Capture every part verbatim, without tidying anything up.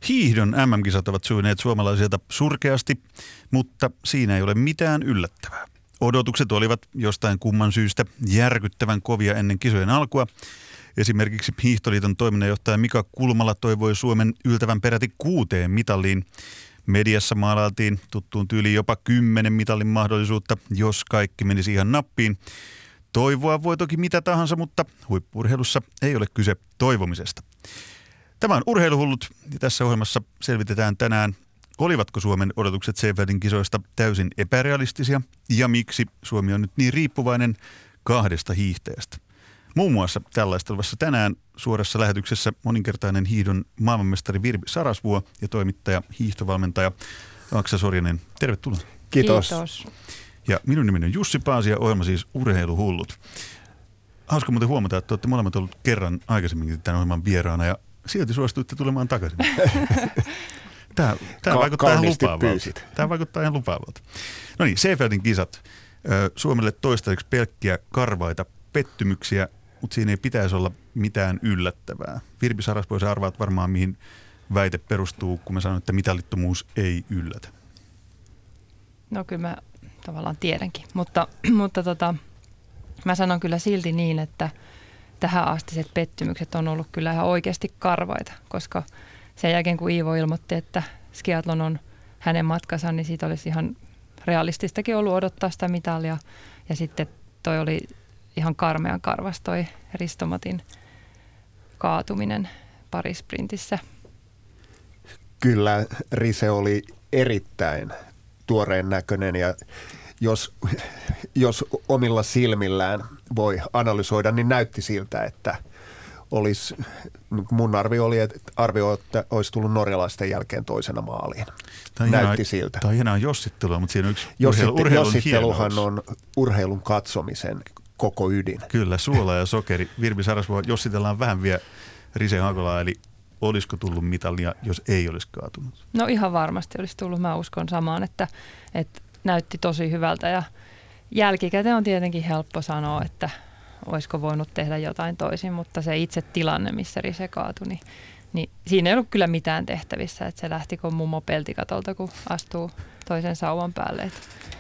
Hiihdon M M-kisat ovat sujuneet suomalaisilta surkeasti, mutta siinä ei ole mitään yllättävää. Odotukset olivat jostain kumman syystä järkyttävän kovia ennen kisojen alkua. Esimerkiksi Hiihtoliiton toiminnanjohtaja Mika Kulmala toivoi Suomen yltävän peräti kuuteen mitalliin. Mediassa maalailtiin tuttuun tyyliin jopa kymmenen mitallin mahdollisuutta, jos kaikki menisi ihan nappiin. Toivoa voi toki mitä tahansa, mutta huippu-urheilussa ei ole kyse toivomisesta. Tämä on Urheiluhullut ja tässä ohjelmassa selvitetään tänään, olivatko Suomen odotukset Seefeldin kisoista täysin epärealistisia ja miksi Suomi on nyt niin riippuvainen kahdesta hiihtäjästä. Muun muassa tällaista luvassa tänään suorassa lähetyksessä moninkertainen hiihdon maailmanmestari Virpi Sarasvuo ja toimittaja, hiihtovalmentaja Aksa Sorjanen. Tervetuloa. Kiitos. Kiitos. Ja minun nimeni on Jussi Paasi ja ohjelma siis Urheiluhullut. Hauska muuten huomata, että olette molemmat olleet kerran aikaisemminkin tämän ohjelman vieraana ja silti suostuitte tulemaan takaisin. Tämä, tämä, Ka- vaikuttaa ihan lupaavalta. pyysit. tämä vaikuttaa ihan lupaavalta. No niin, Seefeldin kisat. Suomelle toistaiseksi pelkkiä karvaita pettymyksiä, mutta siinä ei pitäisi olla mitään yllättävää. Virpi Sarasvuo, sä arvaat varmaan, mihin väite perustuu, kun mä sanon, että mitalittomuus ei yllätä. No kyllä mä tavallaan tiedänkin, mutta, mutta tota, mä sanon kyllä silti niin, että tähän astiset pettymykset on ollut kyllä ihan oikeasti karvaita, koska sen jälkeen kun Iivo ilmoitti, että skiathlon on hänen matkansa, niin siitä olisi ihan realististakin ollut odottaa sitä mitalia. Ja sitten toi oli ihan karmean karvas toi Risto-Matin kaatuminen parisprintissä. Kyllä Rise oli erittäin tuoreen näköinen ja jos, jos omilla silmillään voi analysoida, niin näytti siltä, että olisi, mun arvio oli, että arvio, että olisi tullut norjalaisten jälkeen toisena maaliin. Tämä näytti hienoa, siltä. Tämä on hienoa jossittelua, mutta siinä on yksi Jossitte, urheilu, urheilun jossitteluhan hienous. on urheilun katsomisen koko ydin. Kyllä, suola ja sokeri. Virpi Sarasvuo, jossitellaan vähän vielä Rise Hakolaa, eli olisiko tullut mitalia, jos ei olisi kaatunut? No ihan varmasti olisi tullut, mä uskon samaan, että, että näytti tosi hyvältä ja jälkikäteen on tietenkin helppo sanoa, että olisiko voinut tehdä jotain toisin, mutta se itse tilanne, missä Rise kaatui, niin, niin siinä ei ollut kyllä mitään tehtävissä, että se lähti kuin mummo peltikatolta, kun astuu toisen sauvan päälle. Että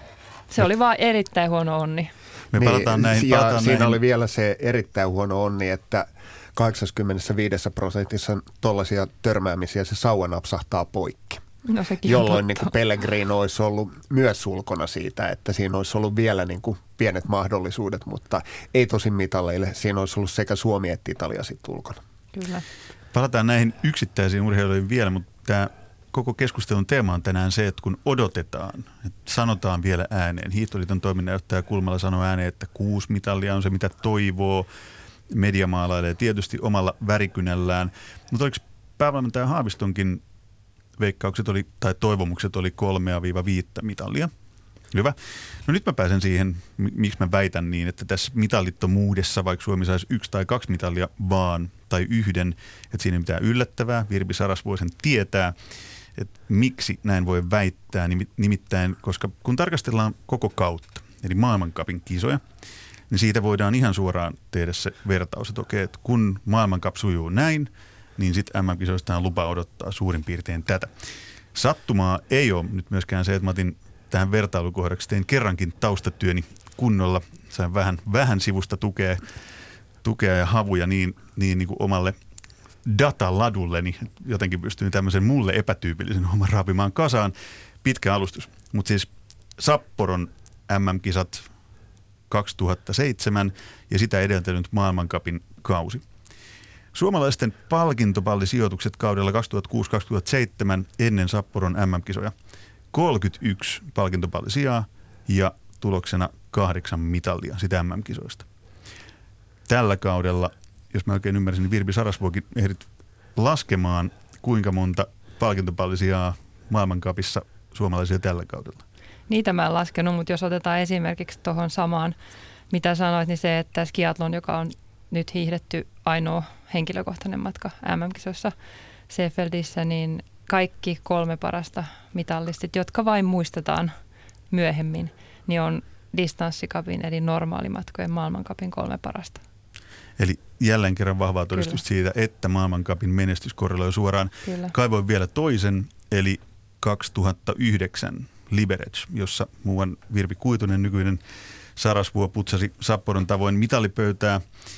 se oli vaan erittäin huono onni. Me niin, palataan näihin. Ja Palataan siinä näihin. oli vielä se erittäin huono onni, että kahdeksankymmentäviisi prosentissa tollaisia törmäämisiä se sauva napsahtaa poikki. No sekin Jolloin niin kuin Pellegrino olisi ollut myös ulkona siitä, että siinä olisi ollut vielä niin kuin pienet mahdollisuudet, mutta ei tosin mitalleille. Siinä olisi ollut sekä Suomi että Italia sitten ulkona. Kyllä. Palataan näihin yksittäisiin urheiluihin vielä, mutta tämä koko keskustelun teema on tänään se, että kun odotetaan, että sanotaan vielä ääneen. Hiihtoliiton toiminnanjohtaja Kulmala sanoi ääneen, että kuusi mitalia on se, mitä toivoo. Media maalailee tietysti omalla värikynällään. Mutta oliko päävalmentaja Haavistonkin veikkaukset oli, tai toivomukset oli kolmea viiva viittä mitalia? Hyvä. No nyt mä pääsen siihen, miksi mä väitän niin, että tässä mitalittomuudessa, vaikka Suomi saisi yksi tai kaksi mitalia vaan, tai yhden, että siinä ei mitään yllättävää. Virpi Sarasvuo sen tietää, että miksi näin voi väittää, nimittäin, koska kun tarkastellaan koko kautta, eli maailmancupin kisoja, niin siitä voidaan ihan suoraan tehdä se vertaus, että okei, että kun maailmancap sujuu näin, niin sitten M M-kisoista on lupa odottaa suurin piirtein tätä. Sattumaa ei ole nyt myöskään se, että mä otin tähän vertailukohdaksi, tein kerrankin taustatyöni kunnolla, sain vähän, vähän sivusta tukea, tukea ja havuja niin, niin, niin kuin omalle dataladulleni, jotenkin pystyin tämmöisen mulle epätyypillisen homman raapimaan kasaan. Pitkä alustus, mutta siis Sapporon M M-kisat kaksituhattaseitsemän ja sitä edeltänyt maailmancupin kausi. Suomalaisten palkintopallisijoitukset kaudella kaksituhattakuusi kaksituhattaseitsemän ennen Sapporon M M-kisoja. kolmekymmentäyksi palkintopallisijaa ja tuloksena kahdeksan mitalia sitä M M-kisoista. Tällä kaudella, jos mä oikein ymmärsin, niin Virpi Sarasvuokin ehdit laskemaan, kuinka monta palkintopallisijaa maailmancupissa suomalaisia tällä kaudella. Niitä mä en laskenut, mutta jos otetaan esimerkiksi tuohon samaan, mitä sanoit, niin se, että skiathlon, joka on nyt hiihdetty ainoa henkilökohtainen matka M M-kisoissa Seefeldissä, niin kaikki kolme parasta mitallistit, jotka vain muistetaan myöhemmin, niin on distanssikapin eli normaalimatkojen maailmancupin kolme parasta. Eli jälleen kerran vahvaa todistusta siitä, että maailmancupin menestys korreloi suoraan. Kyllä. Kaivoin vielä toisen, eli kaksituhattayhdeksän Liberec, jossa muuan Virpi Kuitunen, nykyinen Sarasvuo, putsasi Sapporon tavoin mitalipöytää.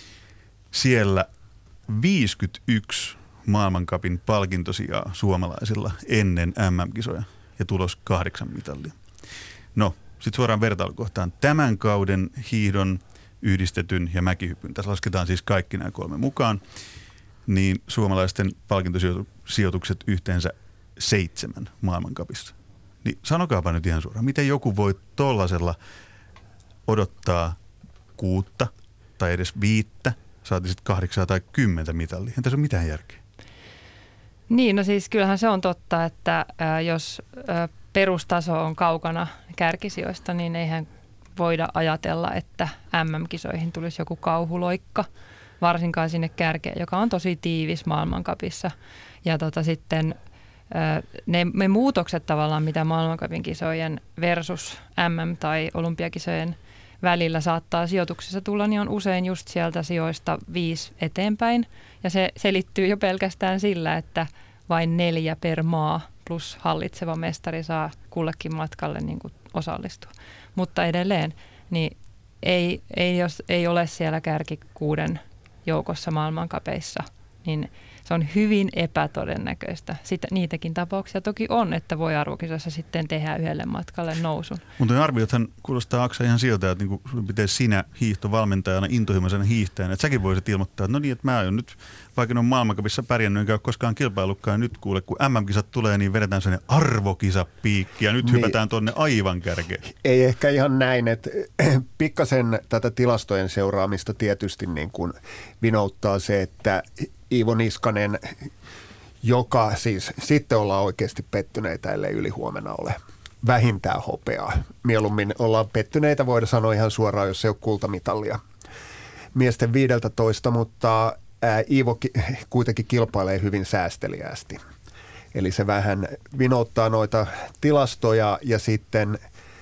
Siellä viisikymmentäyksi maailmancupin palkintosijaa suomalaisilla ennen M M-kisoja ja tulos kahdeksan mitallia. No, sitten suoraan vertailukohtaan. Tämän kauden hiihdon, yhdistetyn ja mäkihypyn, tässä lasketaan siis kaikki nämä kolme mukaan, niin suomalaisten palkintosijoitukset yhteensä seitsemän maailmancupissa. Niin sanokaapa nyt ihan suoraan, miten joku voi tollasella odottaa kuutta tai edes viittä, saati sitten kahdeksaa tai kymmentä mitallia. Entä se ole mitään järkeä? Niin, no siis kyllähän se on totta, että ää, jos ää, perustaso on kaukana kärkisijoista, niin eihän voida ajatella, että M M-kisoihin tulisi joku kauhuloikka, varsinkaan sinne kärkeen, joka on tosi tiivis maailmancupissa. Ja tota sitten ää, ne, ne muutokset tavallaan, mitä maailmancupin kisojen versus M M- tai olympiakisojen välillä saattaa sijoituksessa tulla, niin on usein just sieltä sijoista viisi eteenpäin. Ja se selittyy jo pelkästään sillä, että vain neljä per maa plus hallitseva mestari saa kullekin matkalle niin kuin osallistua. Mutta edelleen, niin ei, ei, jos ei ole siellä kärki kuuden joukossa maailmankapeissa, niin se on hyvin epätodennäköistä. Sitä, niitäkin tapauksia toki on, että voi arvokisassa sitten tehdä yhdelle matkalle nousun. Mutta arviothan kuulostaa Aksa ihan siltä, että niinku pitäisi sinä hiihtovalmentajana, intohimoisena hiihtäjänä, että säkin voisit ilmoittaa, että no niin, että mä oon nyt, vaikka ne on maailmancupissa pärjännyt, enkä ole koskaan kilpailutkaan, nyt kuule, kun M M-kisat tulee, niin vedetään sellainen arvokisapiikki ja nyt niin hypätään tuonne aivan kärkeen. Ei ehkä ihan näin, että pikkasen tätä tilastojen seuraamista tietysti niin kuin vinouttaa se, että Iivo Niskanen, joka siis sitten ollaan oikeasti pettyneitä, ellei ylihuomenna ole vähintään hopeaa. Mieluummin ollaan pettyneitä, voidaan sanoa ihan suoraan, jos ei ole kultamitalia miesten viideltätoista, mutta ää, Iivo kuitenkin kilpailee hyvin säästeliäästi. Eli se vähän vinouttaa noita tilastoja ja sitten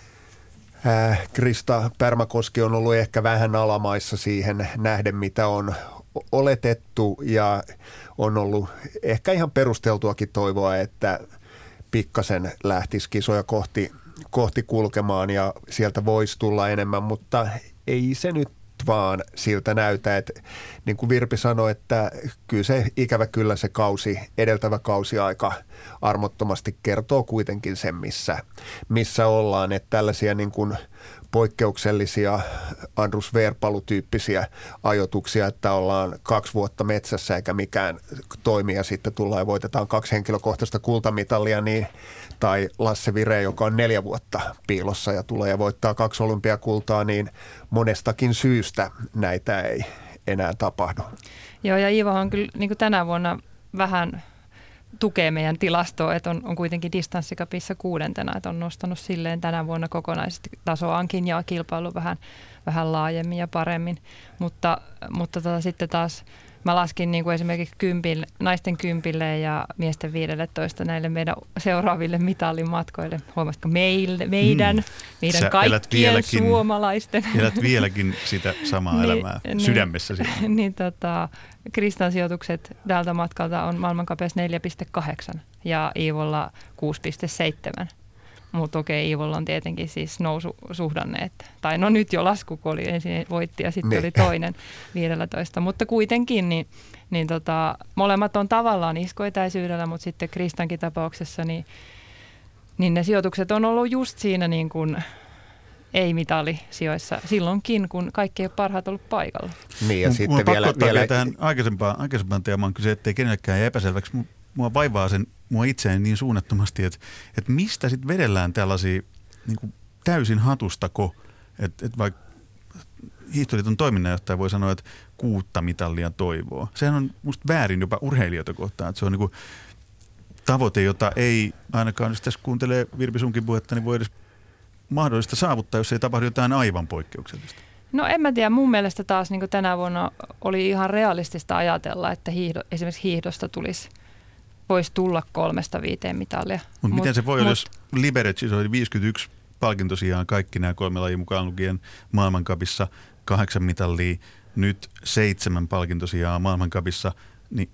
ää, Krista Pärmäkoski on ollut ehkä vähän alamaissa siihen nähden, mitä on oletettu ja on ollut ehkä ihan perusteltuakin toivoa, että pikkasen lähtisi kisoja kohti, kohti kulkemaan ja sieltä voisi tulla enemmän, mutta ei se nyt vaan siltä näytä, että niin kuin Virpi sanoi, että kyllä se ikävä kyllä se kausi, edeltävä kausi aika armottomasti kertoo kuitenkin sen, missä, missä ollaan, että tällaisia niin kuin poikkeuksellisia Andrus Verpalu-tyyppisiä ajoituksia, että ollaan kaksi vuotta metsässä eikä mikään toimi ja sitten tullaan ja voitetaan kaksi henkilökohtaista kultamitalia, niin, tai Lasse Vire, joka on neljä vuotta piilossa ja tulee ja voittaa kaksi olympiakultaa, niin monestakin syystä näitä ei enää tapahdu. Joo, ja Iivo on kyllä niin kuin tänä vuonna vähän tukee meidän tilastoa, että on, on kuitenkin distanssikapissa kuudentena, että on nostanut silleen tänä vuonna kokonaisesti tasoankin ja kilpailu vähän, vähän laajemmin ja paremmin, mutta, mutta tota, sitten taas mä laskin niin kuin esimerkiksi kympille, naisten kympille ja miesten viidelletoista näille meidän seuraaville mitalimatkoille. Huomasitko meille, meidän, mm. meidän Sä kaikkien vieläkin, suomalaisten. Elät vieläkin sitä samaa niin, elämää niin, sydämessä. Niin, niin tota, Kristan sijoitukset tältä matkalta on maailmankapeessa neljä pilkku kahdeksan ja Iivolla kuusi pilkku seitsemän. Mutta okei, Iivolla on tietenkin siis noususuhdanne, että, tai no nyt jo lasku, kun oli ensin voitti ja sitten oli toinen viidellätoista. Mutta kuitenkin, niin, niin tota, molemmat on tavallaan iskoetäisyydellä, mutta sitten Kristankin tapauksessa, niin, niin ne sijoitukset on ollut just siinä niin kuin ei-mitalisijoissa silloinkin, kun kaikki ei ole parhaat ollut paikalla. Niin ja M- sitten vielä, vielä tähän aikaisempaan, aikaisempaan teemaan kyse, ettei kenellekään jää epäselväksi. Mua vaivaa sen mua itseäni niin suunnattomasti, että, että mistä sitten vedellään tällaisia niin kuin täysin hatustako, että, että vaikka Hiihtoliiton toiminnanjohtaja voi sanoa, että kuutta mitallia toivoo. Sehän on musta väärin jopa urheilijoita kohtaan, että se on niin kuin tavoite, jota ei ainakaan, jos tässä kuuntelee Virpi sunkin puhetta, niin voi edes mahdollista saavuttaa, jos ei tapahdu jotain aivan poikkeuksellista. No en mä tiedä, mun mielestä taas niin kuin tänä vuonna oli ihan realistista ajatella, että hiihdo, esimerkiksi hiihdosta tulisi voisi tulla kolmesta viiteen mitalia. Mutta mut, miten se voi olla, jos Liberecissa oli viisikymmentäyksi palkintosijaan kaikki nämä kolme lajia mukaan lukien maailmancupissa, kahdeksan mitallia, nyt seitsemän palkintosijaa maailmancupissa. Niin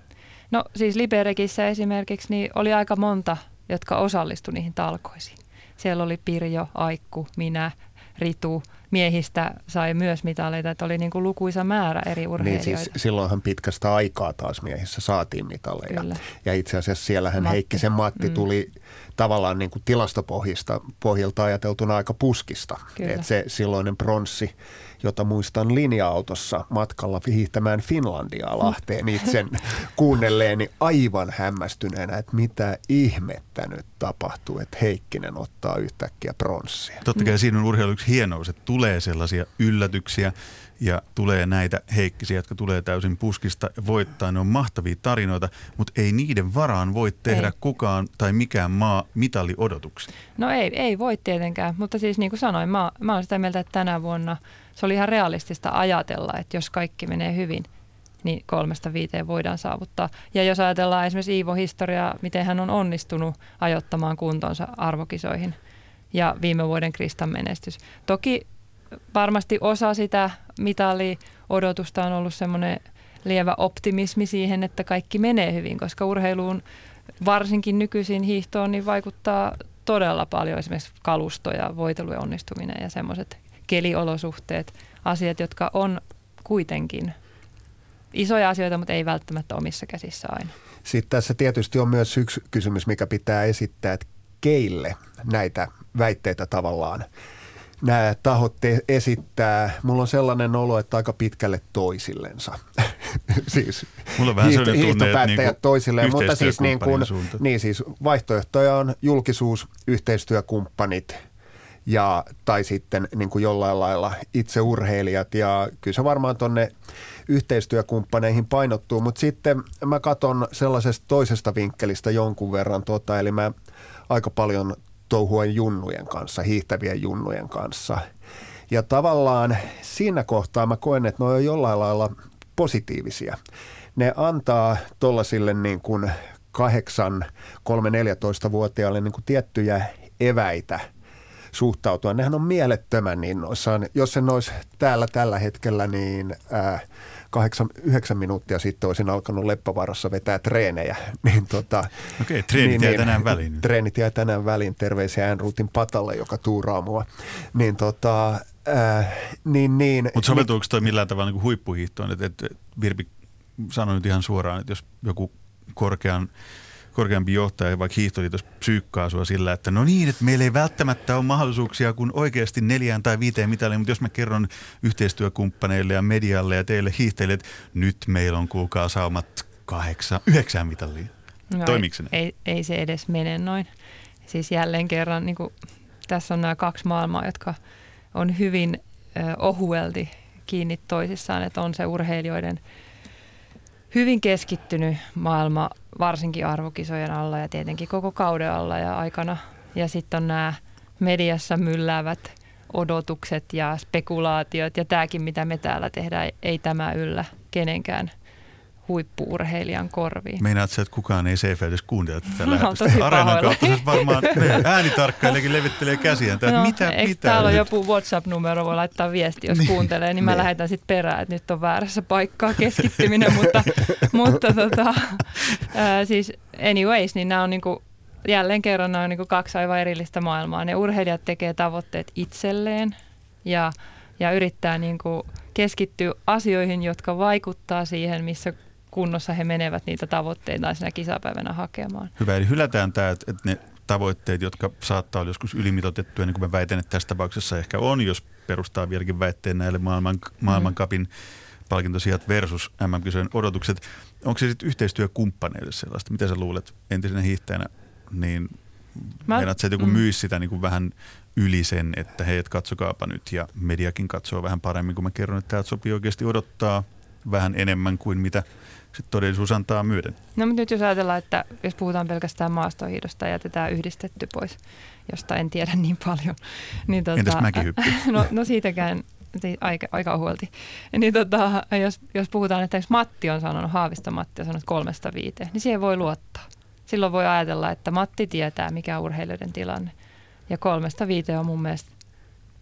no siis Liberekissä esimerkiksi niin oli aika monta, jotka osallistuivat niihin talkoisiin. Siellä oli Pirjo, Aikku, minä, Ritu. Miehistä sai myös mitaleita, että oli niin kuin lukuisa määrä eri urheilijoita. Niin siis silloinhan pitkästä aikaa taas miehissä saatiin mitaleja. Kyllä. Ja itse asiassa siellähän Matti. Heikkisen Matti mm. tuli tavallaan niin kuin tilastopohjista pohjilta ajateltuna aika puskista. Että se silloinen pronssi, jota muistan linja-autossa matkalla hiihtämään Finlandiaa Lahteen itsen kuunnelleeni aivan hämmästyneenä, että mitä ihmettä nyt tapahtuu, että Heikkinen ottaa yhtäkkiä pronssia. Totta kai siinä on urheilu yksi hienous, että tulee sellaisia yllätyksiä ja tulee näitä Heikkisiä, jotka tulee täysin puskista ja voittaa. Ne on mahtavia tarinoita, mutta ei niiden varaan voi tehdä ei. kukaan tai mikään maa mitaliodotuksia. No ei, ei voi tietenkään, mutta siis niin kuin sanoin, mä, mä olen sitä mieltä, että tänä vuonna se oli ihan realistista ajatella, että jos kaikki menee hyvin, niin kolmesta viiteen voidaan saavuttaa. Ja jos ajatellaan esimerkiksi Iivo historiaa, miten hän on onnistunut ajoittamaan kuntonsa arvokisoihin ja viime vuoden Kristan menestys. Toki varmasti osa sitä mitaliodotusta on ollut semmoinen lievä optimismi siihen, että kaikki menee hyvin, koska urheiluun varsinkin nykyisin hiihtoon niin vaikuttaa todella paljon esimerkiksi kalusto ja voitelujen onnistuminen ja semmoiset keliolosuhteet, asiat, jotka on kuitenkin isoja asioita, mutta ei välttämättä omissa käsissä aina. Sitten tässä tietysti on myös yksi kysymys, mikä pitää esittää, että keille näitä väitteitä tavallaan nämä tahot te- esittää. Mulla on sellainen olo, että aika pitkälle toisillensa. Siis mulla on vähän hiihto, hiihtopäättäjät niinku toisilleen, mutta siis, niin kuin, niin siis vaihtoehtoja on julkisuus, yhteistyökumppanit ja, tai sitten niin kuin jollain lailla itse urheilijat. Ja kyllä se varmaan tuonne yhteistyökumppaneihin painottuu, mutta sitten mä katson sellaisesta toisesta vinkkelistä jonkun verran, tuota, eli mä aika paljon touhuen junnujen kanssa, hiihtävien junnujen kanssa. Ja tavallaan siinä kohtaa mä koen, että ne on jollain lailla positiivisia. Ne antaa tollasille niin kuin kahdeksan, kolme, neljätoista-vuotiaille niin kuin tiettyjä eväitä suhtautua. Nehän on mielettömän innoissaan. Jos en olisi täällä tällä hetkellä, niin ää, kahdeksan, yhdeksän minuuttia sitten olisin alkanut Leppävaarassa vetää treenejä. Niin tota, Okei, treenit niin, jää niin, tänään väliin. Treenit jää tänään väliin. Terveisiä Äänruutin Patalle, joka tuuraa mua. Niin tota, ää, niin, niin. Mutta soveltuuko toi millään tavalla niin huippuhiihtoon? Et, et, Virpi sanoi nyt ihan suoraan, että jos joku korkean korkeampi johtaja, vaikka hiihtoliitos psyykkaa sua sillä, että no niin, että meillä ei välttämättä ole mahdollisuuksia kuin oikeasti neljään tai viiteen mitaliin, mutta jos mä kerron yhteistyökumppaneille ja medialle ja teille hiihtäjille, että nyt meillä on kuulkaa saumat kahdeksan, yhdeksään mitaliin. No Toimiiko se? Ei, ei se edes mene noin. Siis jälleen kerran, niin kuin, tässä on nämä kaksi maailmaa, jotka on hyvin ö, ohuelti kiinni toisissaan, että on se urheilijoiden hyvin keskittynyt maailma, varsinkin arvokisojen alla ja tietenkin koko kauden alla ja aikana. Ja sitten on nämä mediassa mylläävät odotukset ja spekulaatiot ja tämäkin, mitä me täällä tehdään, ei tämä yllä kenenkään huippu-urheilijan korviin. Meinaat sä, että kukaan ei C F edes kuuntele tätä no, lähetystä? Areenan kautta se varmaan äänitarkkailijakin levittelee käsiään. No, mitä eikö pitää täällä on nyt? joku WhatsApp-numero, voi laittaa viesti, jos niin, kuuntelee, niin mä niin. lähetän sitten perään, että nyt on väärässä paikkaa keskittyminen, mutta, mutta tota, ää, siis anyways, niin nämä on niinku, jälleen kerran nämä on niinku kaksi aivan erillistä maailmaa. Ne urheilijat tekee tavoitteet itselleen ja, ja yrittää niinku keskittyä asioihin, jotka vaikuttaa siihen, missä kunnossa he menevät niitä tavoitteita siinä kisapäivänä hakemaan. Hyvä, eli hylätään tämä, että ne tavoitteet, jotka saattaa olla joskus ylimitoitettuja, niin kuin mä väitän, että tässä tapauksessa ehkä on, jos perustaa vieläkin väitteen näille maailman, maailmancupin palkintosijat versus M M-kisojen odotukset. Onko se sitten yhteistyökumppaneille sellaista? Mitä sä luulet entisenä hiihtäjänä, niin meinaat sä, että joku mm. myisi sitä niin kuin vähän yli sen, että hei, et katsokaapa nyt ja mediakin katsoo vähän paremmin, kun mä kerron, että täältä sopii oikeasti odottaa vähän enemmän kuin mitä sitten todellisuus antaa myöden. No mutta nyt jos ajatellaan, että jos puhutaan pelkästään maastohiihdosta ja jätetään yhdistetty pois, josta en tiedä niin paljon. Niin tota, entäs mäkihyppy? No, no siitäkään aika, aika huolti. Niin tota, jos, jos puhutaan, että Matti on sanonut, Haavisto Matti on sanonut kolmesta viiteen, niin siihen voi luottaa. Silloin voi ajatella, että Matti tietää, mikä on urheilijoiden tilanne. Ja kolmesta viiteen on mun mielestä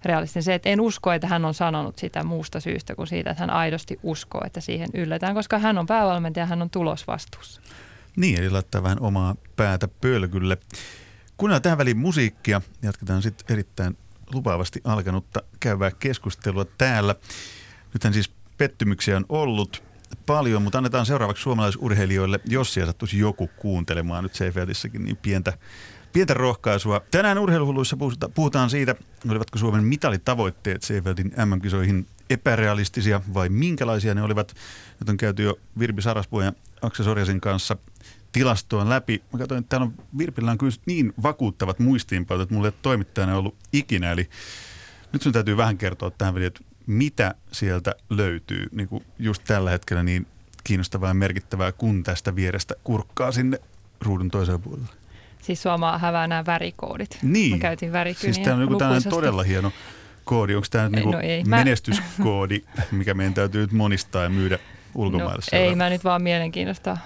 realistinen. Se, että en usko, että hän on sanonut sitä muusta syystä kuin siitä, että hän aidosti uskoo, että siihen ylletään, koska hän on päävalmentaja ja hän on tulosvastuussa. Niin, eli laittaa vähän omaa päätä pölkylle. Kuunnellaan tähän väliin musiikkia. Jatketaan sitten erittäin lupaavasti alkanutta käyvää keskustelua täällä. Nythän siis pettymyksiä on ollut paljon, mutta annetaan seuraavaksi suomalaisurheilijoille, jos siellä sattuisi joku kuuntelemaan nyt Seifeltissäkin, niin pientä, pientä rohkaisua. Tänään urheiluhulluissa puhutaan siitä, olivatko Suomen mitalitavoitteet Seifeltin M M-kisoihin epärealistisia vai minkälaisia ne olivat. Nyt on käyty jo Virpi Sarasvuon ja Aksel Sorjasen kanssa tilastoon läpi. Mä katsoin, että täällä on Virpillä on kyllä niin vakuuttavat muistiinpanot, että mulla ei ole toimittajana ollut ikinä. Eli nyt sun täytyy vähän kertoa tähän väliin, että mitä sieltä löytyy niin kuin just tällä hetkellä niin kiinnostavaa ja merkittävää, kun tästä vierestä kurkkaa sinne ruudun toiselle puolelle. Siis Suomaa hävää nämä värikoodit. Niin. Mä käytin värikyniä siis tämä on joku tällainen todella hieno koodi. Onko tämä nyt niinku no menestyskoodi, mikä meidän täytyy nyt monistaa ja myydä ulkomaille? No, ei, mä nyt vaan mielenkiinnosta,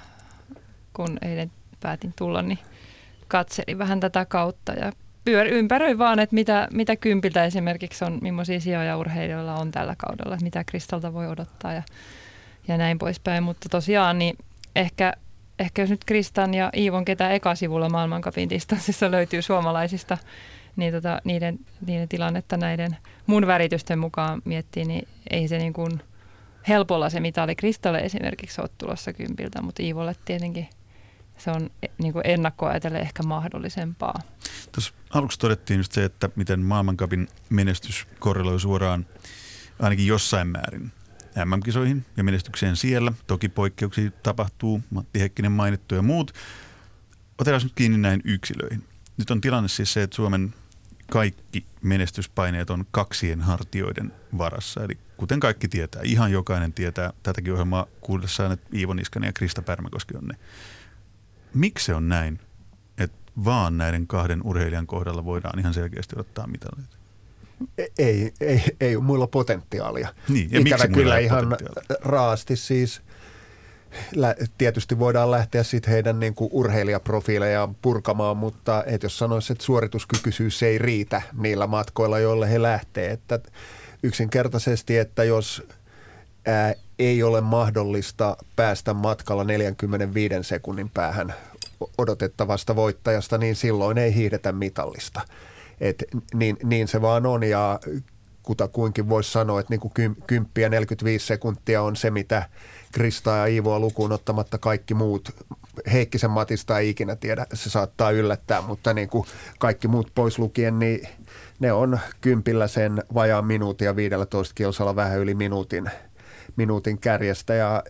kun eilen päätin tulla, niin katselin vähän tätä kautta ja pyör, ympäröin vaan, että mitä, mitä kympiltä esimerkiksi on, millaisia sijoja urheilijoilla on tällä kaudella, mitä Kristalta voi odottaa ja, ja näin poispäin. Mutta tosiaan, niin ehkä, ehkä jos nyt Kristan ja Iivon ketä ekasivulla maailmancupin distanssissa löytyy suomalaisista, niin tota, niiden, niiden tilannetta näiden mun väritysten mukaan miettii, niin ei se niin kuin helpolla se mitali Kristalle esimerkiksi ole tulossa kympiltä, mutta Iivolle tietenkin se on niin kuin ennakkoa ajatellen ehkä mahdollisempaa. Tuossa aluksi todettiin just se, että miten maailmancupin menestys korreloi suoraan ainakin jossain määrin M M-kisoihin ja menestykseen siellä. Toki poikkeuksia tapahtuu, Matti Häkkinen mainittu ja muut. Otetaan nyt kiinni näin yksilöihin. Nyt on tilanne siis se, että Suomen kaikki menestyspaineet on kaksien hartioiden varassa. Eli kuten kaikki tietää, ihan jokainen tietää tätäkin ohjelmaa kuullessaan, että Iivo Niskanen ja Krista Pärmäkoski on ne. Miksi se on näin, että vaan näiden kahden urheilijan kohdalla voidaan ihan selkeästi ottaa mitaleita? Ei, ei, ei ole muilla potentiaalia. Niin, ja ikävä miksi kyllä ihan raasti siis. Tietysti voidaan lähteä sitten heidän niin kuin urheilijaprofiilejaan purkamaan, mutta et jos sanoisi, että suorituskykyisyys ei riitä niillä matkoilla, joille he lähtee. Että yksinkertaisesti, että jos ää, ei ole mahdollista päästä matkalla neljänkymmenenviiden sekunnin päähän odotettavasta voittajasta, niin silloin ei hiihdetä mitallista. Et niin, niin se vaan on ja kutakuinkin voisi sanoa, että niin kuin kymppi ja neljäkymmentäviisi sekuntia on se, mitä Krista ja Iivoa lukuun ottamatta kaikki muut, Heikkisen Matista ei ikinä tiedä, se saattaa yllättää, mutta niin kuin kaikki muut pois lukien, niin ne on kympillä sen vajaan minuutin ja viidellätoista kilsalla vähän yli minuutin, minuutin kärjestä ja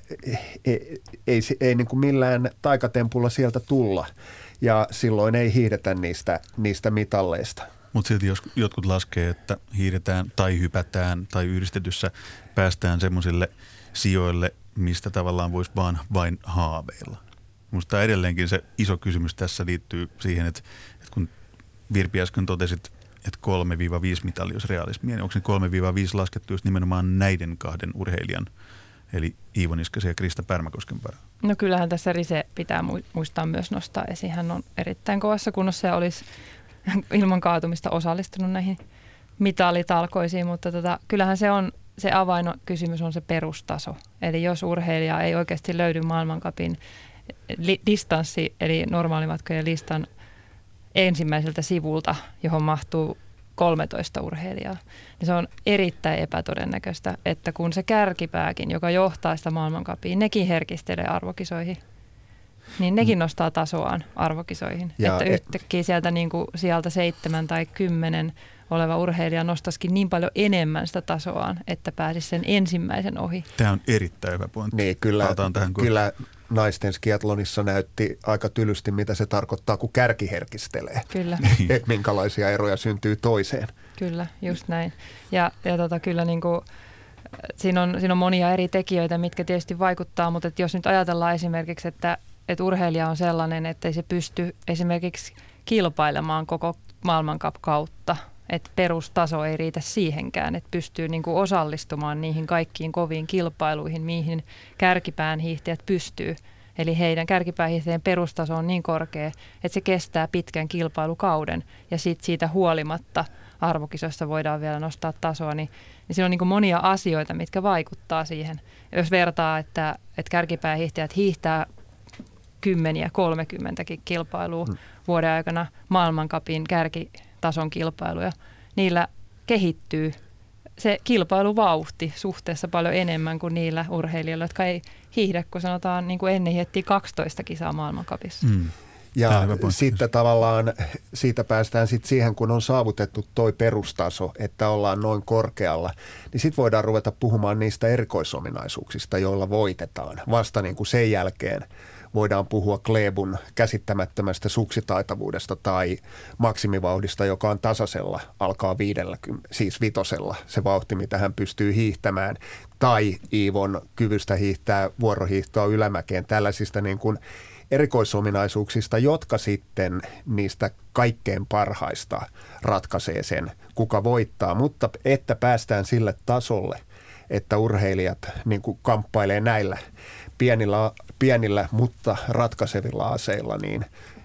ei, ei, ei niin kuin millään taikatempulla sieltä tulla ja silloin ei hiihdetä niistä, niistä mitalleista. Mutta silti jos jotkut laskee, että hiihdetään tai hypätään tai yhdistetyssä päästään semmoisille sijoille, mistä tavallaan voisi vaan vain haaveilla. Minusta edelleenkin se iso kysymys tässä liittyy siihen, että, että kun Virpi äsken totesit, että kolme viisi mitali olisi realismia, niin onko se kolme viisi laskettu just nimenomaan näiden kahden urheilijan, eli Iivo Niskasen ja Krista Pärmäkosken varaan? No kyllähän tässä Rise pitää muistaa myös nostaa esiin. Hän on erittäin kovassa kunnossa ja olisi ilman kaatumista osallistunut näihin mitalitalkoisiin, mutta tota, kyllähän se on se avainkysymys on se perustaso. Eli jos urheilija ei oikeasti löydy maailmancupin li- distanssi, eli normaalimatkojen listan ensimmäiseltä sivulta, johon mahtuu kolmetoista urheilijaa, niin se on erittäin epätodennäköistä, että kun se kärkipääkin, joka johtaa sitä maailmancupiin, nekin herkistelee arvokisoihin, niin nekin nostaa tasoaan arvokisoihin. Ja että yhtäkkiä sieltä, niin kuin sieltä seitsemän tai kymmenen oleva urheilija nostaisikin niin paljon enemmän sitä tasoaan, että pääsisi sen ensimmäisen ohi. Tämä on erittäin hyvä pointti. Niin, kyllä, tähän kyllä naisten skiathlonissa näytti aika tylysti, mitä se tarkoittaa, kun kärki herkistelee. Kyllä. Että minkälaisia eroja syntyy toiseen. Kyllä, just näin. Ja, ja tota, kyllä niin kuin, siinä, on, siinä on monia eri tekijöitä, mitkä tietysti vaikuttaa, mutta että jos nyt ajatellaan esimerkiksi, että, että urheilija on sellainen, että ei se pysty esimerkiksi kilpailemaan koko maailmancup kautta, että perustaso ei riitä siihenkään, että pystyy niin kuin osallistumaan niihin kaikkiin koviin kilpailuihin, mihin kärkipään hiihtäjät pystyy. Eli heidän kärkipäähiihtäjien perustaso on niin korkea, että se kestää pitkän kilpailukauden ja sit siitä huolimatta arvokisoissa voidaan vielä nostaa tasoa, niin, niin siinä on niin kuin monia asioita, mitkä vaikuttaa siihen. Jos vertaa, että, että kärkipäähiihtäjät hiihtää kymmeniä, kolmekymmentäkin kilpailua hmm. vuoden aikana maailmancupin kärkitason kilpailuja, niillä kehittyy se kilpailuvauhti suhteessa paljon enemmän kuin niillä urheilijoilla, jotka ei hiihdä, kun sanotaan niin kuin ennen hiettiin kaksitoista kisaa maailmancupissa. Hmm. Ja sitten tavallaan siitä päästään sitten siihen, kun on saavutettu toi perustaso, että ollaan noin korkealla, niin sitten voidaan ruveta puhumaan niistä erikoisominaisuuksista, joilla voitetaan. Vasta niin kuin sen jälkeen voidaan puhua Klæbun käsittämättömästä suksitaitavuudesta tai maksimivauhdista, joka on tasaisella, alkaa viidelläkymmenellä, siis vitosella se vauhti, mitä hän pystyy hiihtämään, tai Iivon kyvystä hiihtää vuorohiihtoa ylämäkeen, tällaisista niin kuin erikoisominaisuuksista, jotka sitten niistä kaikkein parhaista ratkaisee sen, kuka voittaa, mutta että päästään sille tasolle, että urheilijat niin kuin kamppailee näillä pienillä, pienillä, mutta ratkaisevilla aseilla, niin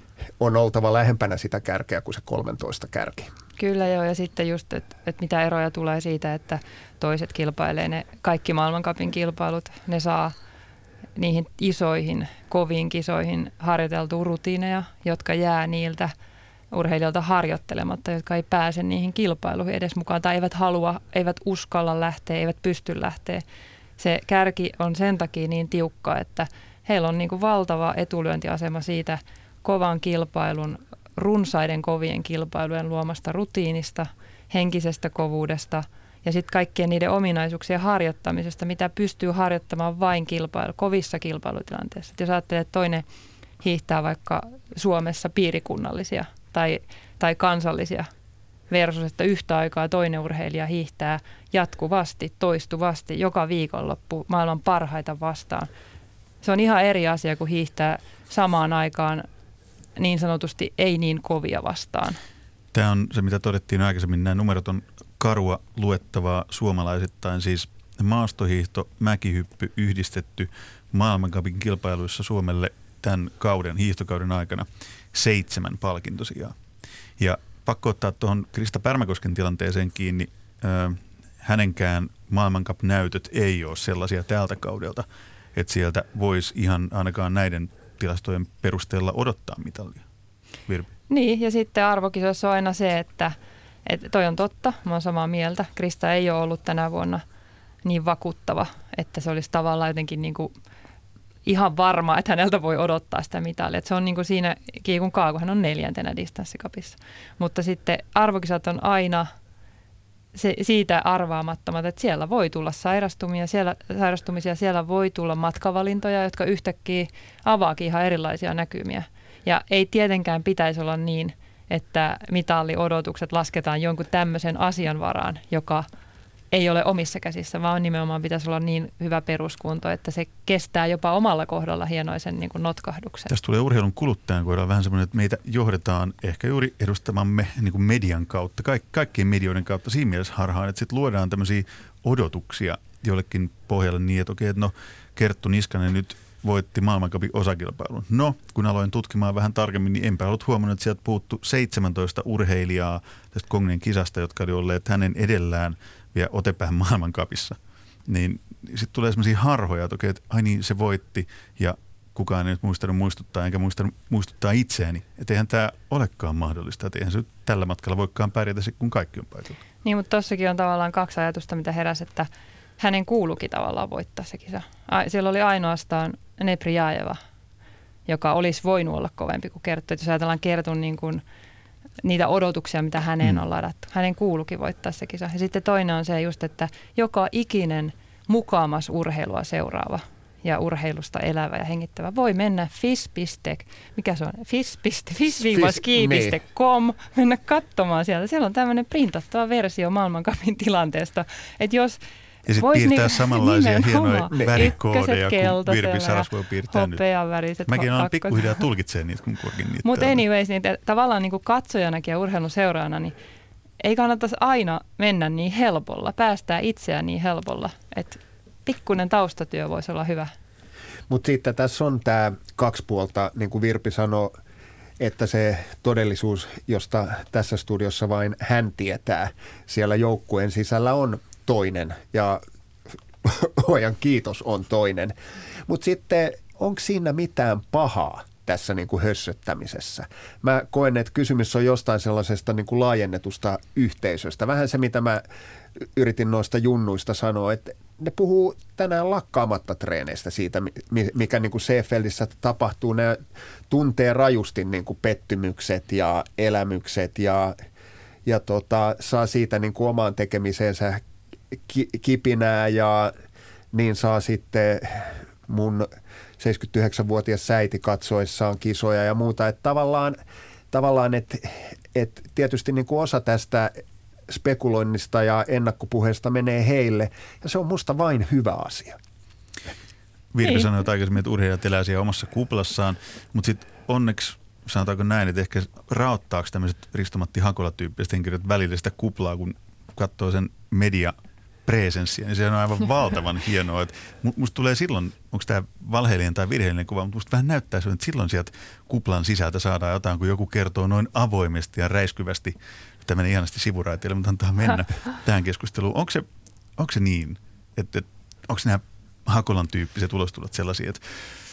on oltava lähempänä sitä kärkeä kuin se kolmetoista kärki. Kyllä joo, ja sitten just, että et mitä eroja tulee siitä, että toiset kilpailee ne kaikki maailmancupin kilpailut, ne saa niihin isoihin, koviin kisoihin harjoiteltua rutiineja, jotka jää niiltä urheilijoilta harjoittelematta, jotka ei pääse niihin kilpailuihin edes mukaan tai eivät halua, eivät uskalla lähteä, eivät pysty lähteä. Se kärki on sen takia niin tiukka, että heillä on niin kuin valtava etulyöntiasema siitä kovan kilpailun, runsaiden kovien kilpailujen luomasta rutiinista, henkisestä kovuudesta ja sitten kaikkien niiden ominaisuuksien harjoittamisesta, mitä pystyy harjoittamaan vain kilpailu, kovissa kilpailutilanteissa. Et jos ajattelee, että toinen hiihtää vaikka Suomessa piirikunnallisia tai, tai kansallisia versus, että yhtä aikaa toinen urheilija hiihtää jatkuvasti, toistuvasti, joka viikonloppu maailman parhaita vastaan. Se on ihan eri asia kuin hiihtää samaan aikaan niin sanotusti ei niin kovia vastaan. Tämä on se, mitä todettiin aikaisemmin. Nämä numerot on karua luettavaa suomalaisittain, siis maastohiihto, mäkihyppy yhdistetty maailmancupin kilpailuissa Suomelle tämän kauden, hiihtokauden aikana seitsemän palkintosijaa. Ja pakko ottaa tuohon Krista Pärmäkosken tilanteeseen kiinni. Ö, hänenkään maailmancup-näytöt ei ole sellaisia tältä kaudelta, että sieltä voisi ihan ainakaan näiden tilastojen perusteella odottaa mitalia. Virpi. Niin, ja sitten arvokisoissa on aina se, että, että toi on totta, mä oon samaa mieltä. Krista ei ole ollut tänä vuonna niin vakuuttava, että se olisi tavallaan jotenkin niin kuin ihan varma, että häneltä voi odottaa sitä mitalia. Että se on niin kuin siinä kiikun kaa, kun hän on neljäntenä distanssikapissa. Mutta sitten arvokisat on aina se, siitä arvaamattomat, että siellä voi tulla sairastumisia siellä, sairastumisia, siellä voi tulla matkavalintoja, jotka yhtäkkiä avaakin ihan erilaisia näkymiä. Ja ei tietenkään pitäisi olla niin, että mitalliodotukset lasketaan jonkun tämmöisen asian varaan, joka ei ole omissa käsissä, vaan nimenomaan pitäisi olla niin hyvä peruskunto, että se kestää jopa omalla kohdalla hienoisen niin kuin notkahduksen. Tästä tulee urheilun kuluttajan kohdalla vähän semmoinen, että meitä johdetaan ehkä juuri edustamamme niin kuin median kautta, kaik- kaikkien medioiden kautta siinä mielessä harhaan, että sitten luodaan tämmöisiä odotuksia jollekin pohjalle niin, että okei, että no Kerttu Niskanen nyt voitti maailmancupin osakilpailun. No, kun aloin tutkimaan vähän tarkemmin, niin enpä ollut huomannut, että sieltä puuttu seitsemäntoista urheilijaa tästä Kongnen kisasta, jotka oli olleet hänen edellään vielä Otepään maailmancupissa. Niin sitten tulee semmoisia harhoja, että okei, että ai niin, se voitti ja kukaan ei nyt muistanut muistuttaa, enkä muistanut muistuttaa itseäni. Että eihän tämä olekaan mahdollista, että eihän se tällä matkalla voikaan pärjätä se, kun kaikki on paikalla. Niin, mutta tossakin on tavallaan kaksi ajatusta, mitä heräsi, että hänen kuulukin tavallaan voittaa se kisa. Siellä oli ainoastaan Neprjajeva, joka olisi voinut olla kovempi kuin Kerttu. Jos ajatellaan Kertun niin kuin niitä odotuksia, mitä häneen on ladattu. Hänen kuulukin voittaa se kisa. Ja sitten toinen on se just, että joka ikinen mukaamas urheilua seuraava ja urheilusta elävä ja hengittävä voi mennä fis. Mikä se on? fis. ski piste com mennä katsomaan sieltä. Siellä on tämmöinen printattava versio maailmancupin tilanteesta. Että jos ja sitten piirtää niin, samanlaisia hienoja värikoodeja, kun Virpi Saras voi piirtää nyt. Mäkin olen pikkuhiljaa tulkitsemaan niitä, kun kuokin niitä. Mutta anyways, niin tavallaan niin kuin katsojanakin ja urheilun seuraajana, niin ei kannattaisi aina mennä niin helpolla, päästää itseään niin helpolla, että pikkuinen taustatyö voisi olla hyvä. Mutta sitten tässä on tämä kaksi puolta, niin kuin Virpi sanoi, että se todellisuus, josta tässä studiossa vain hän tietää, siellä joukkueen sisällä on toinen ja ojan kiitos on toinen. Mutta sitten onko siinä mitään pahaa tässä niin kuin hössöttämisessä? Mä koen, että kysymys on jostain sellaisesta niin kuin laajennetusta yhteisöstä. Vähän se, mitä mä yritin noista junnuista sanoa, että ne puhuu tänään lakkaamatta treeneistä siitä, mikä niin kuin Seefeldissä tapahtuu. Ne tuntee rajusti niin kuin pettymykset ja elämykset ja, ja tota, saa siitä niin kuin omaan tekemiseensä ki, kipinää ja niin saa sitten mun seitsemänkymmentäyhdeksänvuotias säiti katsoessaan kisoja ja muuta. Että tavallaan, tavallaan että et tietysti niin kuin osa tästä spekuloinnista ja ennakkopuheesta menee heille, ja se on musta vain hyvä asia. Virka sanoi aikaisemmin, että urheilijat elää siellä omassa kuplassaan, mutta sitten onneksi sanotaanko näin, että ehkä raottaako tämmöiset Risto-Matti Hakola-tyyppiset henkilöt välillä sitä kuplaa, kun katsoo sen media presenssiä, niin se on aivan valtavan hienoa. Että musta tulee silloin, onko tämä valheellinen tai virheellinen kuva, mutta musta vähän näyttää että silloin sieltä kuplan sisältä saadaan jotain, kun joku kertoo noin avoimesti ja räiskyvästi. Tämä menee ihanasti sivuraiteille, mutta antaa mennä tähän keskusteluun. Onko se, onko se niin, että, että onko nämä Hakolan tyyppiset ulostulot sellaisia, että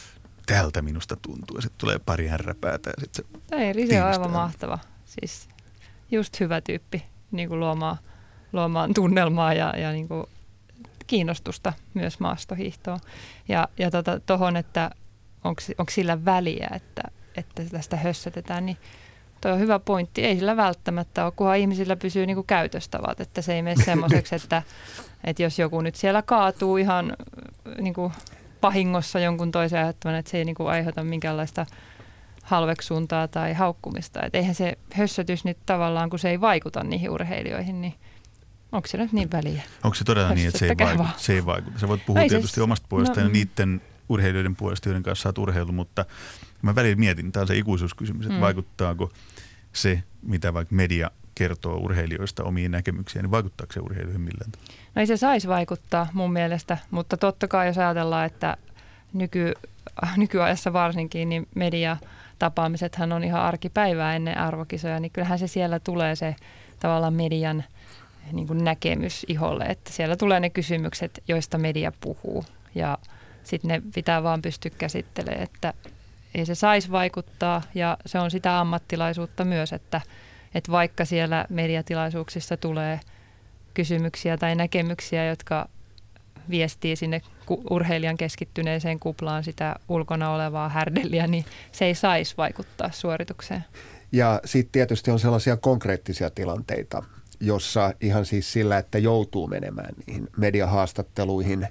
tältä minusta tuntuu ja sitten tulee pari härräpäätä ja sitten se Ei, Rise on aivan mahtava. Siis just hyvä tyyppi niin kuin luomaan, luomaan tunnelmaa ja, ja niin kuin kiinnostusta myös maastohiihtoon. Ja, ja tuohon, tota, että onko, onko sillä väliä, että, että tästä hössötetään, niin toi on hyvä pointti. Ei sillä välttämättä ole, kunhan ihmisillä pysyy niin kuin käytöstavat, että se ei mene semmoiseksi, että, että jos joku nyt siellä kaatuu ihan niin kuin vahingossa jonkun toisen ajattavan, että se ei niin kuin aiheuta minkäänlaista halveksuntaa tai haukkumista. Et eihän se hössötys nyt tavallaan, kun se ei vaikuta niihin urheilijoihin, niin onko se nyt niin väliä? Onko se todella niin, että se ei, vaikuta, se ei vaikuta? Sä voit puhua ei tietysti siis, omasta puolesta no, ja niiden urheilijoiden puolesta, joiden kanssa olet urheilu, mutta mä välillä mietin, tämä on se ikuisuuskysymys, että mm. vaikuttaako se, mitä vaikka media kertoo urheilijoista omiin näkemyksiin, niin vaikuttaako se urheilijoihin millään? No ei se saisi vaikuttaa mun mielestä, mutta totta kai jos ajatellaan, että nyky, nykyajassa varsinkin, niin mediatapaamisethan on ihan arkipäivää ennen arvokisoja, niin kyllähän se siellä tulee se tavallaan median niin kuin näkemys iholle, että siellä tulee ne kysymykset, joista media puhuu ja sitten ne pitää vaan pystyä käsittelemään, että ei se saisi vaikuttaa ja se on sitä ammattilaisuutta myös, että, että vaikka siellä mediatilaisuuksissa tulee kysymyksiä tai näkemyksiä, jotka viestii sinne urheilijan keskittyneeseen kuplaan sitä ulkona olevaa härdelliä, niin se ei saisi vaikuttaa suoritukseen. Ja sitten tietysti on sellaisia konkreettisia tilanteita, jossa ihan siis sillä, että joutuu menemään niihin mediahaastatteluihin,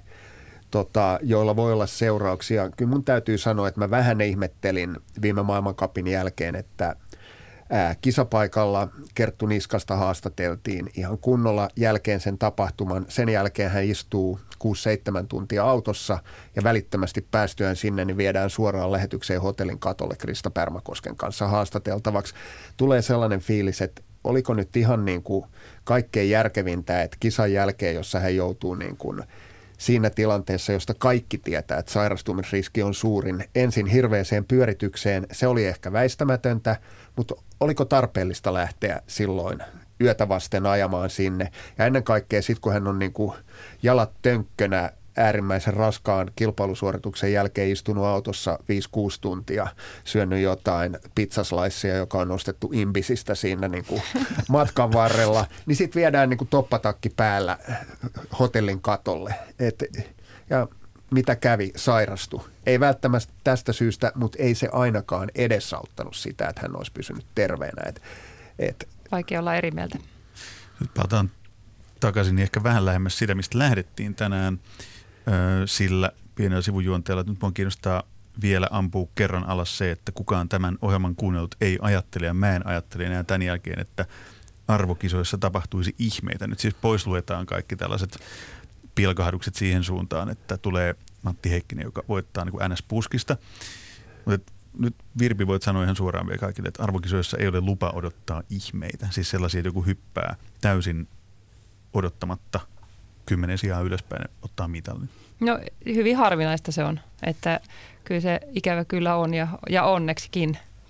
Tota, joilla voi olla seurauksia. Kyllä mun täytyy sanoa, että mä vähän ihmettelin viime maailmancupin jälkeen, että ää, kisapaikalla Kerttu Niskasta haastateltiin ihan kunnolla jälkeen sen tapahtuman. Sen jälkeen hän istuu kuusi seitsemän tuntia autossa ja välittömästi päästyään sinne, niin viedään suoraan lähetykseen hotellin katolle Krista Pärmäkosken kanssa haastateltavaksi. Tulee sellainen fiilis, että oliko nyt ihan niin kuin kaikkein järkevintä, että kisan jälkeen, jossa hän joutuu niin kuin siinä tilanteessa, josta kaikki tietää, että sairastumisriski on suurin, ensin hirveäseen pyöritykseen, se oli ehkä väistämätöntä, mutta oliko tarpeellista lähteä silloin yötä vasten ajamaan sinne? Ja ennen kaikkea sitten, kun hän on niin kuin jalat tönkkönä äärimmäisen raskaan kilpailusuorituksen jälkeen istunut autossa viisi kuusi tuntia, syönyt jotain pizzaslaissia, joka on nostettu Imbisistä siinä niin kuin matkan varrella, niin sitten viedään niin kuin toppatakki päällä hotellin katolle. Et, ja mitä kävi? Sairastu. Ei välttämättä tästä syystä, mutta ei se ainakaan edesauttanut sitä, että hän olisi pysynyt terveenä. Et, et. Vaikea olla eri mieltä. Nyt palataan takaisin ehkä vähän lähemmäs sitä, mistä lähdettiin tänään. Sillä pienellä sivujuonteella, että nyt minua kiinnostaa vielä ampua kerran alas se, että kukaan tämän ohjelman kuunnellut ei ajattele, ja mä en ajattele enää tämän jälkeen, että arvokisoissa tapahtuisi ihmeitä. Nyt siis pois luetaan kaikki tällaiset pilkahdukset siihen suuntaan, että tulee Matti Heikkinen, joka voittaa niin kuin N S-puskista. Mutta nyt Virpi voit sanoa ihan suoraan vielä kaikille, että arvokisoissa ei ole lupa odottaa ihmeitä. Siis sellaisia, että joku hyppää täysin odottamatta kymmenen sijaa ylöspäin ottaa mitallin. No hyvin harvinaista se on, että kyllä se ikävä kyllä on ja, ja onneksikin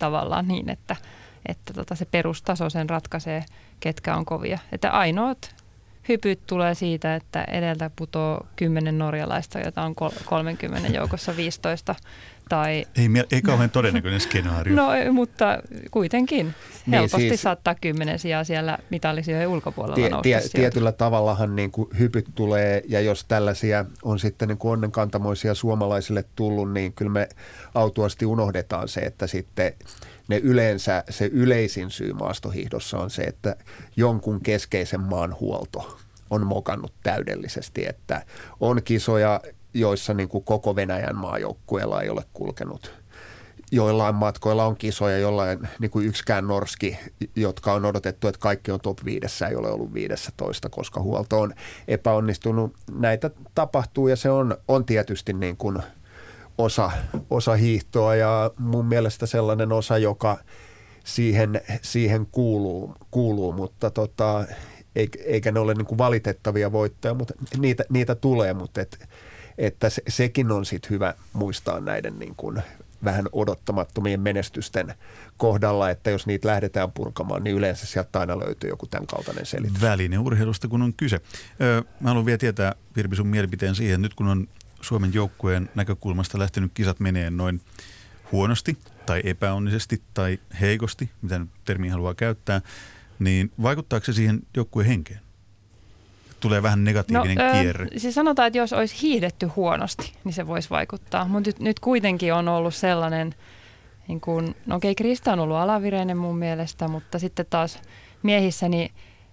tavallaan niin, että, että tota se perustaso sen ratkaisee, ketkä on kovia. Että ainoat hypyt tulee siitä, että edeltä putoo kymmenen norjalaista, jota on kolmekymmentä joukossa viisitoista. Tai... Ei, ei kauhean todennäköinen skenaario. No, mutta kuitenkin. Helposti niin, siis, saattaa kymmenen sijaa siellä mitallisijojen ulkopuolella tie, nousta tie, Tietyllä tavallahan niin kuin hypyt tulee, ja jos tällaisia on sitten niin kuin onnenkantamoisia suomalaisille tullut, niin kyllä me autuasti unohdetaan se, että sitten ne yleensä, se yleisin syy maastohiihdossa on se, että jonkun keskeisen maan huolto on mokannut täydellisesti, että on kisoja, joissa niin kuin koko Venäjän maajoukkueella ei ole kulkenut. Joillain matkoilla on kisoja, jollain niin kuin yksikään norski, jotka on odotettu, että kaikki on top viidessä, ei ole ollut viisitoista, koska huolto on epäonnistunut. Näitä tapahtuu ja se on, on tietysti niin kuin osa, osa hiihtoa ja mun mielestä sellainen osa, joka siihen, siihen kuuluu, kuuluu, mutta tota, eikä ne ole niin kuin valitettavia voittoja, mutta niitä, niitä tulee, mutta et, että se, sekin on sitten hyvä muistaa näiden niin kuin vähän odottamattomien menestysten kohdalla, että jos niitä lähdetään purkamaan, niin yleensä sieltä aina löytyy joku tämän kaltainen selitys. Välineurheilusta kun on kyse. Öö, mä haluan vielä tietää, Virpi, sun mielipiteen siihen, nyt kun on Suomen joukkueen näkökulmasta lähtenyt kisat meneen noin huonosti tai epäonnisesti tai heikosti, mitä nyt termiä haluaa käyttää, niin vaikuttaako se siihen joukkueen henkeen? Tulee vähän negatiivinen no, kierre. Öö, siis sanotaan, että jos olisi hiihdetty huonosti, niin se voisi vaikuttaa. Mutta nyt, nyt kuitenkin on ollut sellainen, niin kuin, no okei, Krista on ollut alavireinen mun mielestä, mutta sitten taas miehissä, niin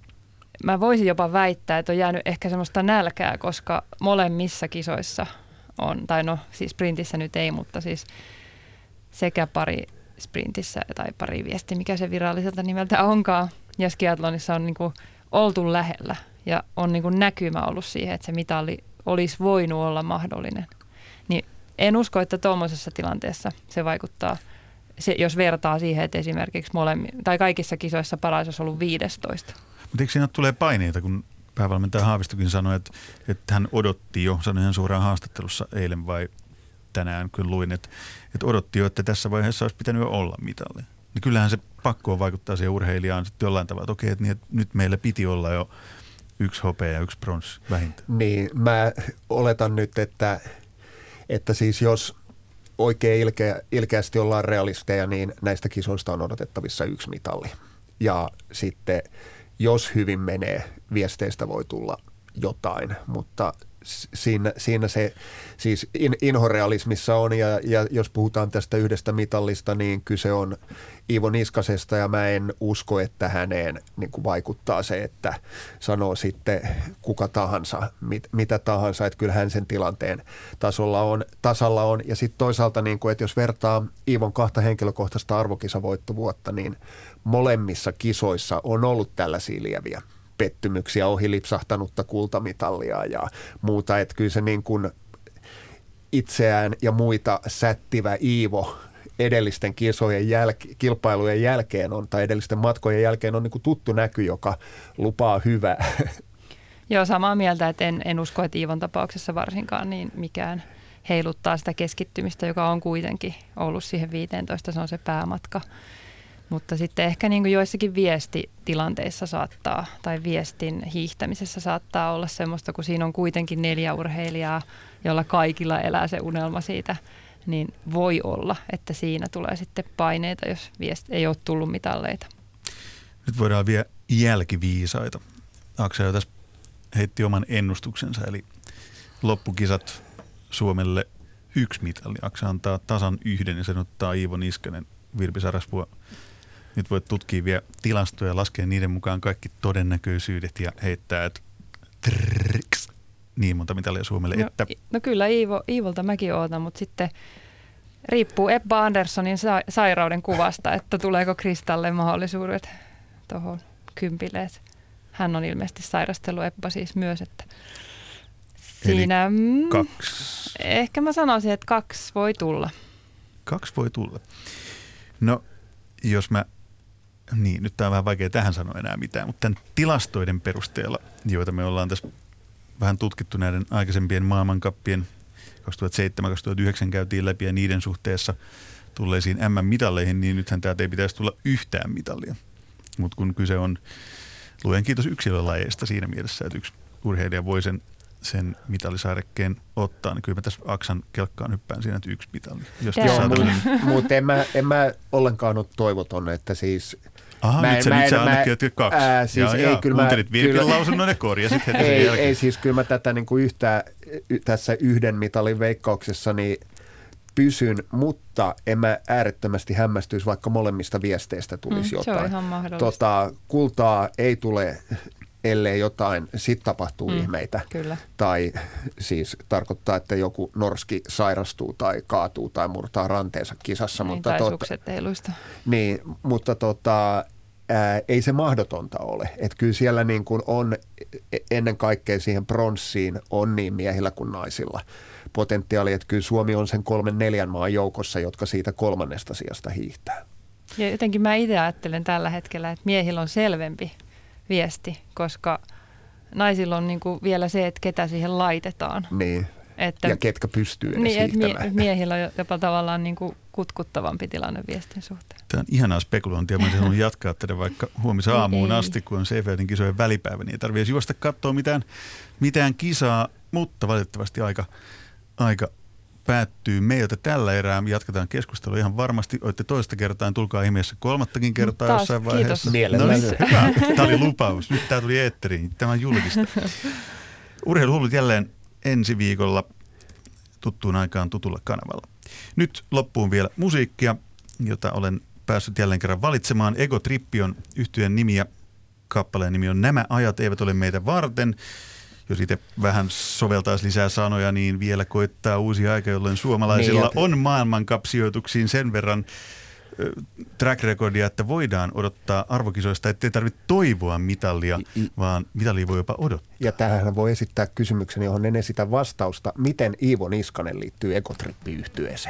mä voisin jopa väittää, että on jäänyt ehkä semmoista nälkää, koska molemmissa kisoissa on, tai no siis sprintissä nyt ei, mutta siis sekä pari sprintissä tai pari viesti, mikä se viralliselta nimeltä onkaan, ja skiathlonissa on niin kuin oltu lähellä. Ja on niin kuin näkymä ollut siihen, että se mitali olisi voinut olla mahdollinen. Niin en usko, että tuommoisessa tilanteessa se vaikuttaa, se, jos vertaa siihen, että esimerkiksi molemmin, tai kaikissa kisoissa paras olisi ollut viisitoista. Mutta eikö siinä tulee paineita, kun päävalmentaja Haavistokin sanoi, että, että hän odotti jo, sanoi ihan suoraan haastattelussa eilen vai tänään, kun luin, että, että odotti jo, että tässä vaiheessa olisi pitänyt jo olla mitalli. Niin kyllähän se pakko vaikuttaa siihen urheilijaan sitten jollain tavalla, että okei, että, niin, että nyt meillä piti olla jo yksi hopea ja yksi bronssi vähintään. Niin, mä oletan nyt, että, että siis jos oikein ilkeä, ilkeästi ollaan realisteja, niin näistä kisoista on odotettavissa yksi mitalli. Ja sitten jos hyvin menee, viesteistä voi tulla jotain, mutta siinä, siinä se siis in, inhorealismissa on, ja, ja jos puhutaan tästä yhdestä mitallista, niin kyse on Iivo Niskasesta, ja mä en usko, että häneen niin kuin vaikuttaa se, että sanoo sitten kuka tahansa, mit, mitä tahansa, että kyllähän sen tilanteen tasolla on, tasalla on. Ja sitten toisaalta, niin kuin, että jos vertaa Iivon kahta henkilökohtaista arvokisavoittovuotta, niin molemmissa kisoissa on ollut tällaisia lieviä pettymyksiä, ohi lipsahtanutta kultamitalia ja muuta, että kyllä se niin kuin itseään ja muita sättivä Iivo edellisten kisojen jälke- kilpailujen jälkeen on, tai edellisten matkojen jälkeen on niin kuin tuttu näky, joka lupaa hyvää. Joo, samaa mieltä, että en, en usko, että Iivon tapauksessa varsinkaan niin mikään heiluttaa sitä keskittymistä, joka on kuitenkin ollut siihen viisitoista, se on se päämatka. Mutta sitten ehkä niin kuin joissakin viestitilanteissa saattaa, tai viestin hiihtämisessä saattaa olla semmoista, kun siinä on kuitenkin neljä urheilijaa, jolla kaikilla elää se unelma siitä, niin voi olla, että siinä tulee sitten paineita, jos viesti ei ole tullut mitalleita. Nyt voidaan vielä jälkiviisaita. Aksa jo tässä heitti oman ennustuksensa, eli loppukisat Suomelle yksi mitalli. Aksa antaa tasan yhden ja sen ottaa Iivo Niskanen. Virpi Sarasvuo, nyt voit tutkia vielä tilastoja, laskea niiden mukaan kaikki todennäköisyydet ja heittää, että trrrks, niin monta mitalia Suomelle. No, että... no kyllä Iivo, Iivolta mäkin ootan, mutta sitten riippuu Ebba Anderssonin sa- sairauden kuvasta, että tuleeko Kristalle mahdollisuudet tuohon kympille. Hän on ilmeisesti sairastellut Ebba siis myös, että siinä Eli kaksi. Ehkä mä sanoisin, että kaksi voi tulla. Kaksi voi tulla. No, jos mä, niin nyt tää on vähän vaikea tähän sanoa enää mitään, mutta tämän tilastoiden perusteella, joita me ollaan tässä vähän tutkittu näiden aikaisempien maailmankappien, kaksituhattaseitsemän kaksituhattayhdeksän käytiin läpi ja niiden suhteessa tulleisiin M M-mitalleihin, niin nythän täältä ei pitäisi tulla yhtään mitalia. Mutta kun kyse on, luen kiitos yksilölajeista siinä mielessä, että yksi urheilija voi sen, sen mitalisaarekkeen ottaa, niin kyllä mä tässä Aksan kelkkaan hyppään siinä, että yksi mitali. Joo, mutta en mä, en mä ollenkaan ole toivoton, että siis... Aha, mä, nyt sä, nyt sä allekirjoitit kaksi. Ää, siis jaa, ei, jaa, kyllä kuuntelit Virpin kyllä, lausunnon ja korjasit heti ei, sen jälkeen. Ei siis, kyllä mä tätä niin kuin yhtä, y, tässä yhden mitalin veikkauksessa niin pysyn, mutta en mä äärettömästi hämmästyisi, vaikka molemmista viesteistä tulisi mm, jotain. Se on ihan mahdollista. Tota, kultaa ei tule, ellei jotain, sit tapahtuu mm, ihmeitä. Kyllä. Tai siis tarkoittaa, että joku norski sairastuu tai kaatuu tai murtaa ranteensa kisassa. Niin, mutta tai tota, sukset ei luista. Niin, mutta tota... Ää, ei se mahdotonta ole. Että kyllä siellä niin kuin on ennen kaikkea siihen pronssiin on niin miehillä kuin naisilla potentiaali, että kyllä Suomi on sen kolmen neljän maan joukossa, jotka siitä kolmannesta sijasta hiihtää. Ja jotenkin mä itse ajattelen tällä hetkellä, että miehillä on selvempi viesti, koska naisilla on niin kuin vielä se, että ketä siihen laitetaan. Niin. Että, ja ketkä pystyy edes niin, hiihtämään. Niin, miehillä on jopa tavallaan niin kuin kutkuttavampi tilanne viestin suhteen. Tämä on ihanaa spekulointia. Mä olisin jatkaa tätä vaikka huomisen aamuun asti, kun on Seifeldin kisojen välipäivä, niin ei tarvitse juosta katsoa mitään, mitään kisaa, mutta valitettavasti aika, aika päättyy meiltä tällä erää. Jatketaan keskustelua ihan varmasti. Olette toista kertaa, niin tulkaa ihmeessä kolmattakin kertaa taas, jossain vaiheessa. Kiitos. No niin, hyvä. Tämä oli lupaus. Nyt tämä tuli eetteriin. Tämä on julkista. Urheiluhullut jälleen ensi viikolla tuttuun aikaan tutulla kanavalla. Nyt loppuun vielä musiikkia, jota olen päässyt jälleen kerran valitsemaan. Ego Trippi on yhtyeen nimi ja kappaleen nimi on Nämä ajat eivät ole meitä varten. Jos itse vähän soveltaisi lisää sanoja, niin vielä koittaa uusi aika, jolloin suomalaisilla niin, on maailmankapsijoituksiin sen verran track recordia, että voidaan odottaa arvokisoista, ettei tarvitse toivoa mitalia, vaan mitalia voi jopa odottaa. Ja tähän voi esittää kysymyksen, johon en esitä vastausta. Miten Iivo Niskanen liittyy Ego Trippi -yhtyeeseen?